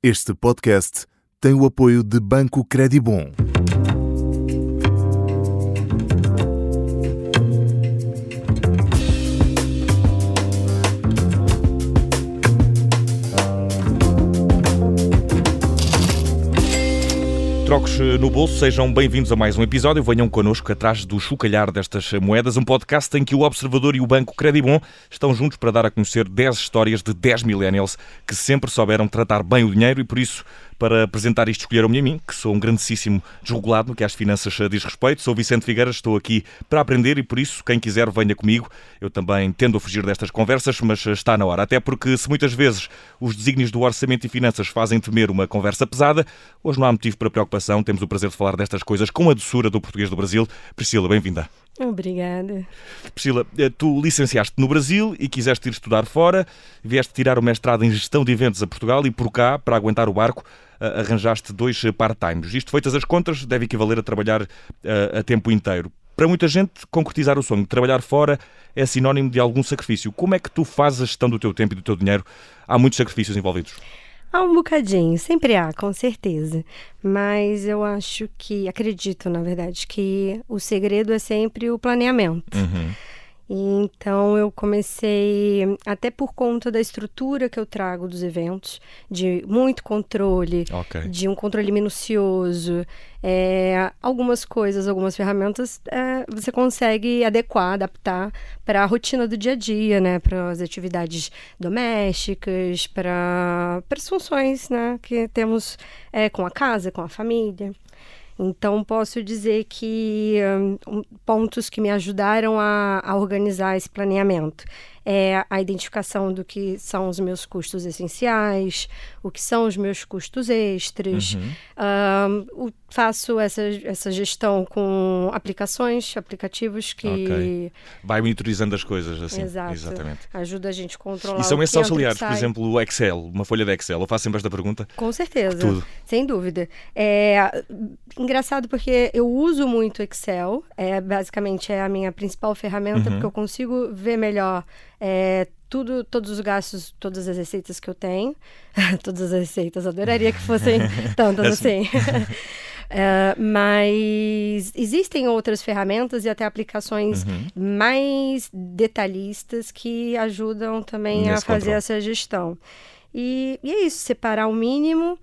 Este podcast tem o apoio de Banco Credibom. Trocos no bolso, sejam bem-vindos a mais um episódio. Venham connosco atrás do chocalhar destas moedas, um podcast em que o Observador e o Banco Credibom estão juntos para dar a conhecer 10 histórias de 10 millennials que sempre souberam tratar bem o dinheiro e, por isso, para apresentar isto, escolheram-me a mim, que sou um grandíssimo desregulado no que às finanças diz respeito. Sou Vicente Figueira, estou aqui para aprender e, por isso, quem quiser venha comigo. Eu também tendo a fugir destas conversas, mas está na hora. Até porque, se muitas vezes os desígnios do orçamento e finanças fazem temer uma conversa pesada, hoje não há motivo para preocupação. Temos o prazer de falar destas coisas com a doçura do português do Brasil. Priscila, bem-vinda. Obrigada. Priscila, tu licenciaste no Brasil e quiseste ir estudar fora, vieste tirar o mestrado em Gestão de Eventos a Portugal e por cá, para aguentar o barco, arranjaste 2 part-times. Isto, feitas as contas, deve equivaler a trabalhar a tempo inteiro. Para muita gente, concretizar o sonho de trabalhar fora é sinónimo de algum sacrifício. Como é que tu fazes a gestão do teu tempo e do teu dinheiro? Há muitos sacrifícios envolvidos. Há um bocadinho, sempre há, com certeza. Mas eu acredito, na verdade, que o segredo é sempre o planeamento. Então, eu comecei, até por conta da estrutura que eu trago dos eventos, de muito controle, de um controle minucioso, algumas coisas, algumas ferramentas, você consegue adequar, adaptar para a rotina do dia a dia, né? Para as atividades domésticas, para as funções, né? Que temos com a casa, com a família. Então, posso dizer que pontos que me ajudaram a organizar esse planeamento é a identificação do que são os meus custos essenciais, o que são os meus custos extras. Faço essa gestão com aplicativos que... Vai monitorizando as coisas, assim. Exato. Exatamente. Ajuda a gente a controlar. E são esses auxiliares, por sai. exemplo, o Excel, uma folha de Excel. Eu faço sempre esta pergunta. Com certeza. Tudo. Sem dúvida. Engraçado porque eu uso muito Excel. Basicamente é a minha principal ferramenta, porque eu consigo ver melhor todos os gastos, todas as receitas que eu tenho. Todas as receitas, adoraria que fossem tantas assim. Mas existem outras ferramentas e até aplicações mais detalhistas que ajudam também a fazer essa gestão. E é isso, separar o mínimo.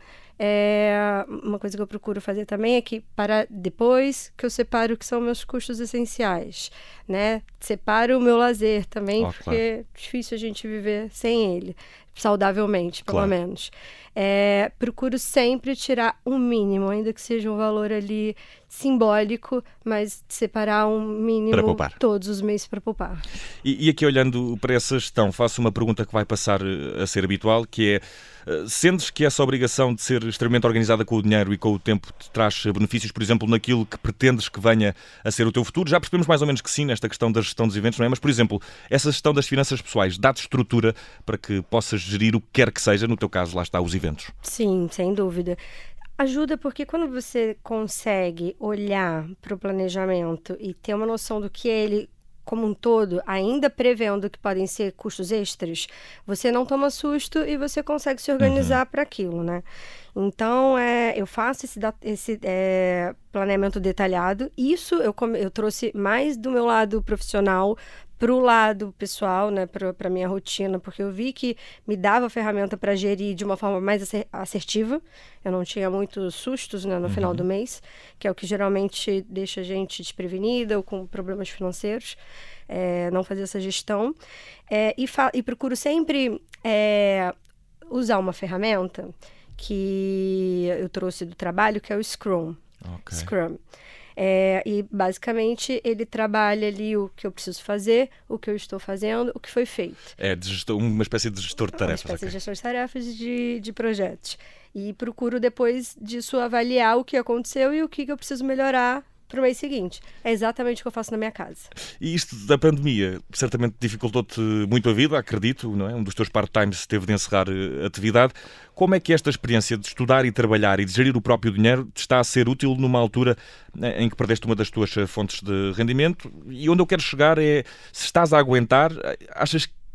Uma coisa que eu procuro fazer também é que, para depois que eu separo o que são meus custos essenciais, né? Separo o meu lazer também, porque é difícil a gente viver sem ele, saudavelmente, pelo menos. Procuro sempre tirar um mínimo, ainda que seja um valor ali simbólico, mas separar um mínimo para poupar todos os meses para poupar. E aqui, olhando para essa gestão, faço uma pergunta que vai passar a ser habitual, que é: sentes que essa obrigação de ser extremamente organizada com o dinheiro e com o tempo te traz benefícios, por exemplo, naquilo que pretendes que venha a ser o teu futuro? Já percebemos mais ou menos que sim, nesta questão da gestão dos eventos, não é? Mas, por exemplo, essa gestão das finanças pessoais dá-te estrutura para que possas gerir o que quer que seja, no teu caso, lá está, os eventos. Sim, sem dúvida. Ajuda porque quando você consegue olhar para o planejamento e ter uma noção do que é ele como um todo, ainda prevendo que podem ser custos extras, você não toma susto e você consegue se organizar para aquilo, né? Então, eu faço esse planeamento detalhado. Isso eu trouxe mais do meu lado profissional para o lado pessoal, né, para a minha rotina, porque eu vi que me dava ferramenta para gerir de uma forma mais assertiva. Eu não tinha muitos sustos, né, no final do mês, que é o que geralmente deixa a gente desprevenida ou com problemas financeiros, não fazer essa gestão. E procuro sempre usar uma ferramenta que eu trouxe do trabalho, que é o Scrum. Scrum. E basicamente ele trabalha ali o que eu preciso fazer, o que eu estou fazendo, o que foi feito. Uma espécie de gestor de tarefas. Uma espécie de gestor de tarefas de projetos. E procuro depois disso avaliar o que aconteceu e o que eu preciso melhorar para o mês seguinte. É exatamente o que eu faço na minha casa. E isto da pandemia certamente dificultou-te muito a vida, acredito, não é? Um dos teus part-times teve de encerrar a atividade. Como é que esta experiência de estudar e trabalhar e de gerir o próprio dinheiro te está a ser útil numa altura em que perdeste uma das tuas fontes de rendimento? E onde eu quero chegar é, se estás a aguentar, achas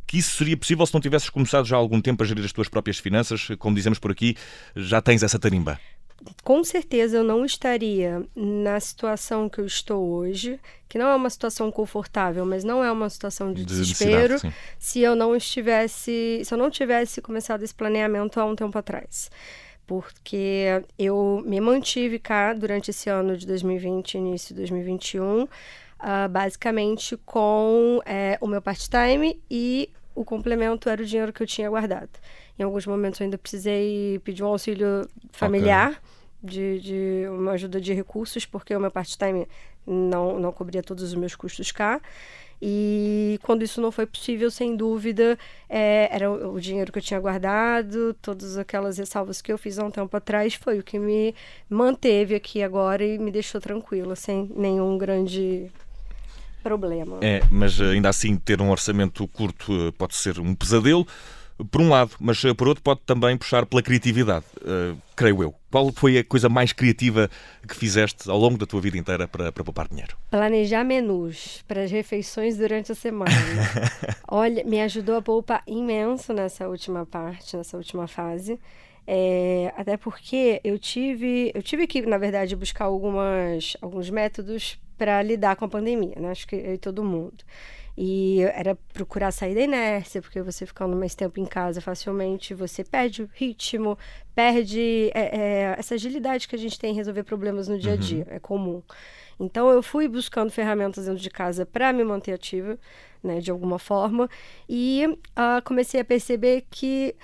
que isso seria possível se não tivesses começado já há algum tempo a gerir as tuas próprias finanças? Como dizemos por aqui, já tens essa tarimba. Com certeza eu não estaria na situação que eu estou hoje, que não é uma situação confortável, mas não é uma situação de desespero, se eu não tivesse começado esse planeamento há um tempo atrás. Porque eu me mantive cá durante esse ano de 2020, início de 2021, basicamente com o meu part-time, e o complemento era o dinheiro que eu tinha guardado. Em alguns momentos eu ainda precisei pedir um auxílio familiar, de uma ajuda de recursos, porque o meu part-time não cobria todos os meus custos cá. E quando isso não foi possível, sem dúvida, era o dinheiro que eu tinha guardado, todas aquelas ressalvas que eu fiz há um tempo atrás, foi o que me manteve aqui agora e me deixou tranquila, sem nenhum grande problema. Mas ainda assim ter um orçamento curto pode ser um pesadelo, por um lado, mas por outro pode também puxar pela criatividade, creio eu. Qual foi a coisa mais criativa que fizeste ao longo da tua vida inteira para poupar dinheiro? Planejar menus para as refeições durante a semana. Olha, me ajudou a poupar imenso nessa última fase. Até porque eu tive que, na verdade, buscar alguns métodos para lidar com a pandemia, né? Acho que eu e todo mundo. E era procurar sair da inércia, porque você ficando mais tempo em casa, facilmente você perde o ritmo, perde essa agilidade que a gente tem em resolver problemas no dia a dia, é comum. Então eu fui buscando ferramentas dentro de casa para me manter ativa, né, de alguma forma, e comecei a perceber que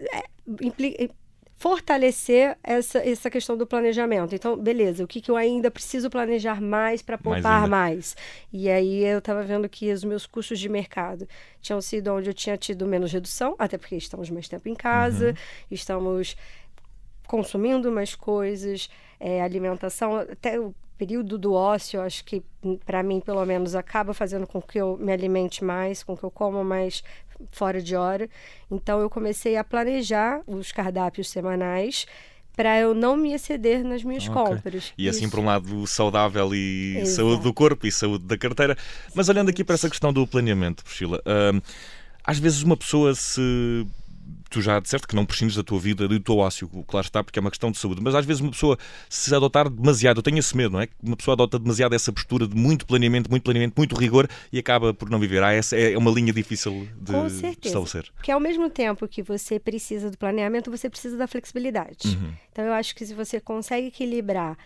fortalecer essa questão do planejamento. Então, beleza, o que eu ainda preciso planejar mais para poupar mais? E aí eu estava vendo que os meus custos de mercado tinham sido onde eu tinha tido menos redução, até porque estamos mais tempo em casa, estamos consumindo mais coisas, alimentação, até o período do ócio, acho que, para mim, pelo menos, acaba fazendo com que eu me alimente mais, com que eu coma mais fora de hora. Então, eu comecei a planejar os cardápios semanais para eu não me exceder nas minhas compras. E assim, por um lado, saudável e saúde do corpo e saúde da carteira. Mas olhando aqui para essa questão do planeamento, Priscila, às vezes uma pessoa Tu já disseste que não prescindes da tua vida, do teu ócio, claro está, porque é uma questão de saúde, mas às vezes uma pessoa, se adotar demasiado, eu tenho esse medo, não é? Uma pessoa adota demasiado essa postura de muito planeamento, muito rigor e acaba por não viver. Essa é uma linha difícil de estabelecer. Porque ao mesmo tempo que você precisa do planeamento, você precisa da flexibilidade. Então eu acho que se você consegue equilibrar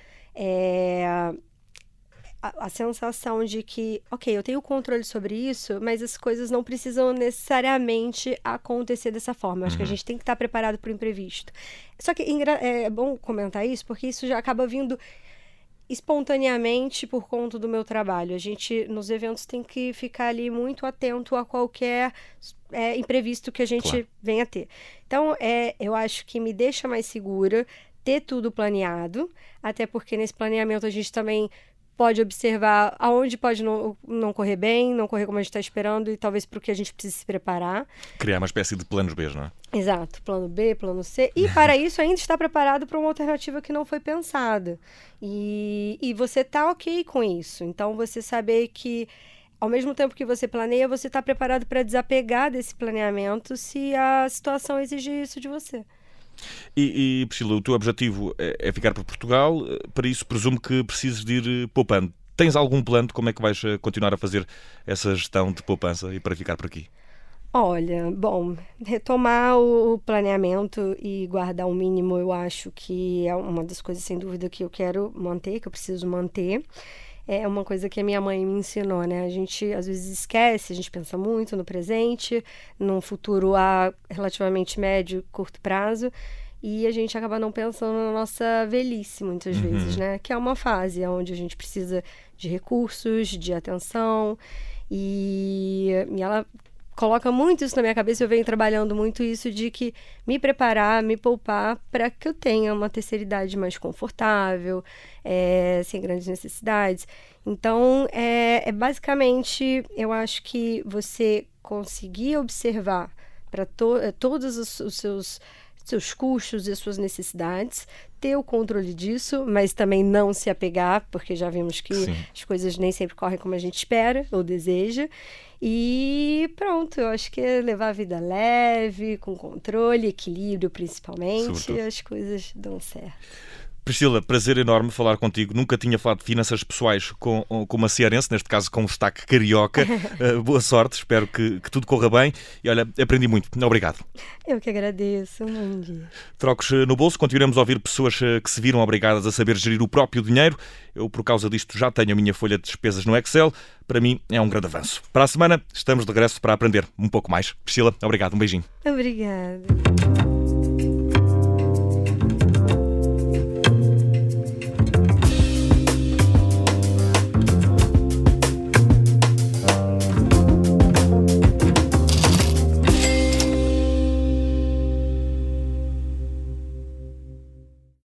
a sensação de que, ok, eu tenho controle sobre isso, mas as coisas não precisam necessariamente acontecer dessa forma. Eu acho que a gente tem que estar preparado para o imprevisto. Só que é bom comentar isso, porque isso já acaba vindo espontaneamente por conta do meu trabalho. A gente, nos eventos, tem que ficar ali muito atento a qualquer imprevisto que a gente venha a ter. Então, eu acho que me deixa mais segura ter tudo planeado, até porque nesse planeamento a gente também pode observar aonde pode não correr bem, não correr como a gente está esperando e talvez para o que a gente precisa se preparar. Criar uma espécie de planos B, não é? Exato, plano B, plano C. E para isso ainda está preparado para uma alternativa que não foi pensada. E você está ok com isso. Então você saber que ao mesmo tempo que você planeia, você está preparado para desapegar desse planeamento se a situação exigir isso de você. E Priscila, o teu objetivo é ficar para Portugal, para isso presumo que precises de ir poupando. Tens algum plano de como é que vais continuar a fazer essa gestão de poupança e para ficar por aqui? Olha, bom, retomar o planeamento e guardar o mínimo, eu acho que é uma das coisas, sem dúvida, que eu quero manter, que eu preciso manter. É uma coisa que a minha mãe me ensinou, né? A gente, às vezes, esquece, a gente pensa muito no presente, num futuro a relativamente médio, curto prazo, e a gente acaba não pensando na nossa velhice, muitas vezes, né? Que é uma fase onde a gente precisa de recursos, de atenção, e ela coloca muito isso na minha cabeça, eu venho trabalhando muito isso de que me preparar, me poupar para que eu tenha uma terceira idade mais confortável, sem grandes necessidades. Então, basicamente, eu acho que você conseguir observar para todos os seus seus custos e as suas necessidades, ter o controle disso, mas também não se apegar, porque já vimos que as coisas nem sempre correm como a gente espera ou deseja. E pronto, eu acho que é levar a vida leve, com controle, equilíbrio principalmente, Sobretudo. as coisas dão certo. Priscila, prazer enorme falar contigo. Nunca tinha falado de finanças pessoais com uma cearense, neste caso com um sotaque carioca. Boa sorte, espero que tudo corra bem. E olha, aprendi muito. Obrigado. Eu que agradeço. Um bom dia. Trocos no bolso. Continuamos a ouvir pessoas que se viram obrigadas a saber gerir o próprio dinheiro. Eu, por causa disto, já tenho a minha folha de despesas no Excel. Para mim, é um grande avanço. Para a semana, estamos de regresso para aprender um pouco mais. Priscila, obrigado. Um beijinho. Obrigada.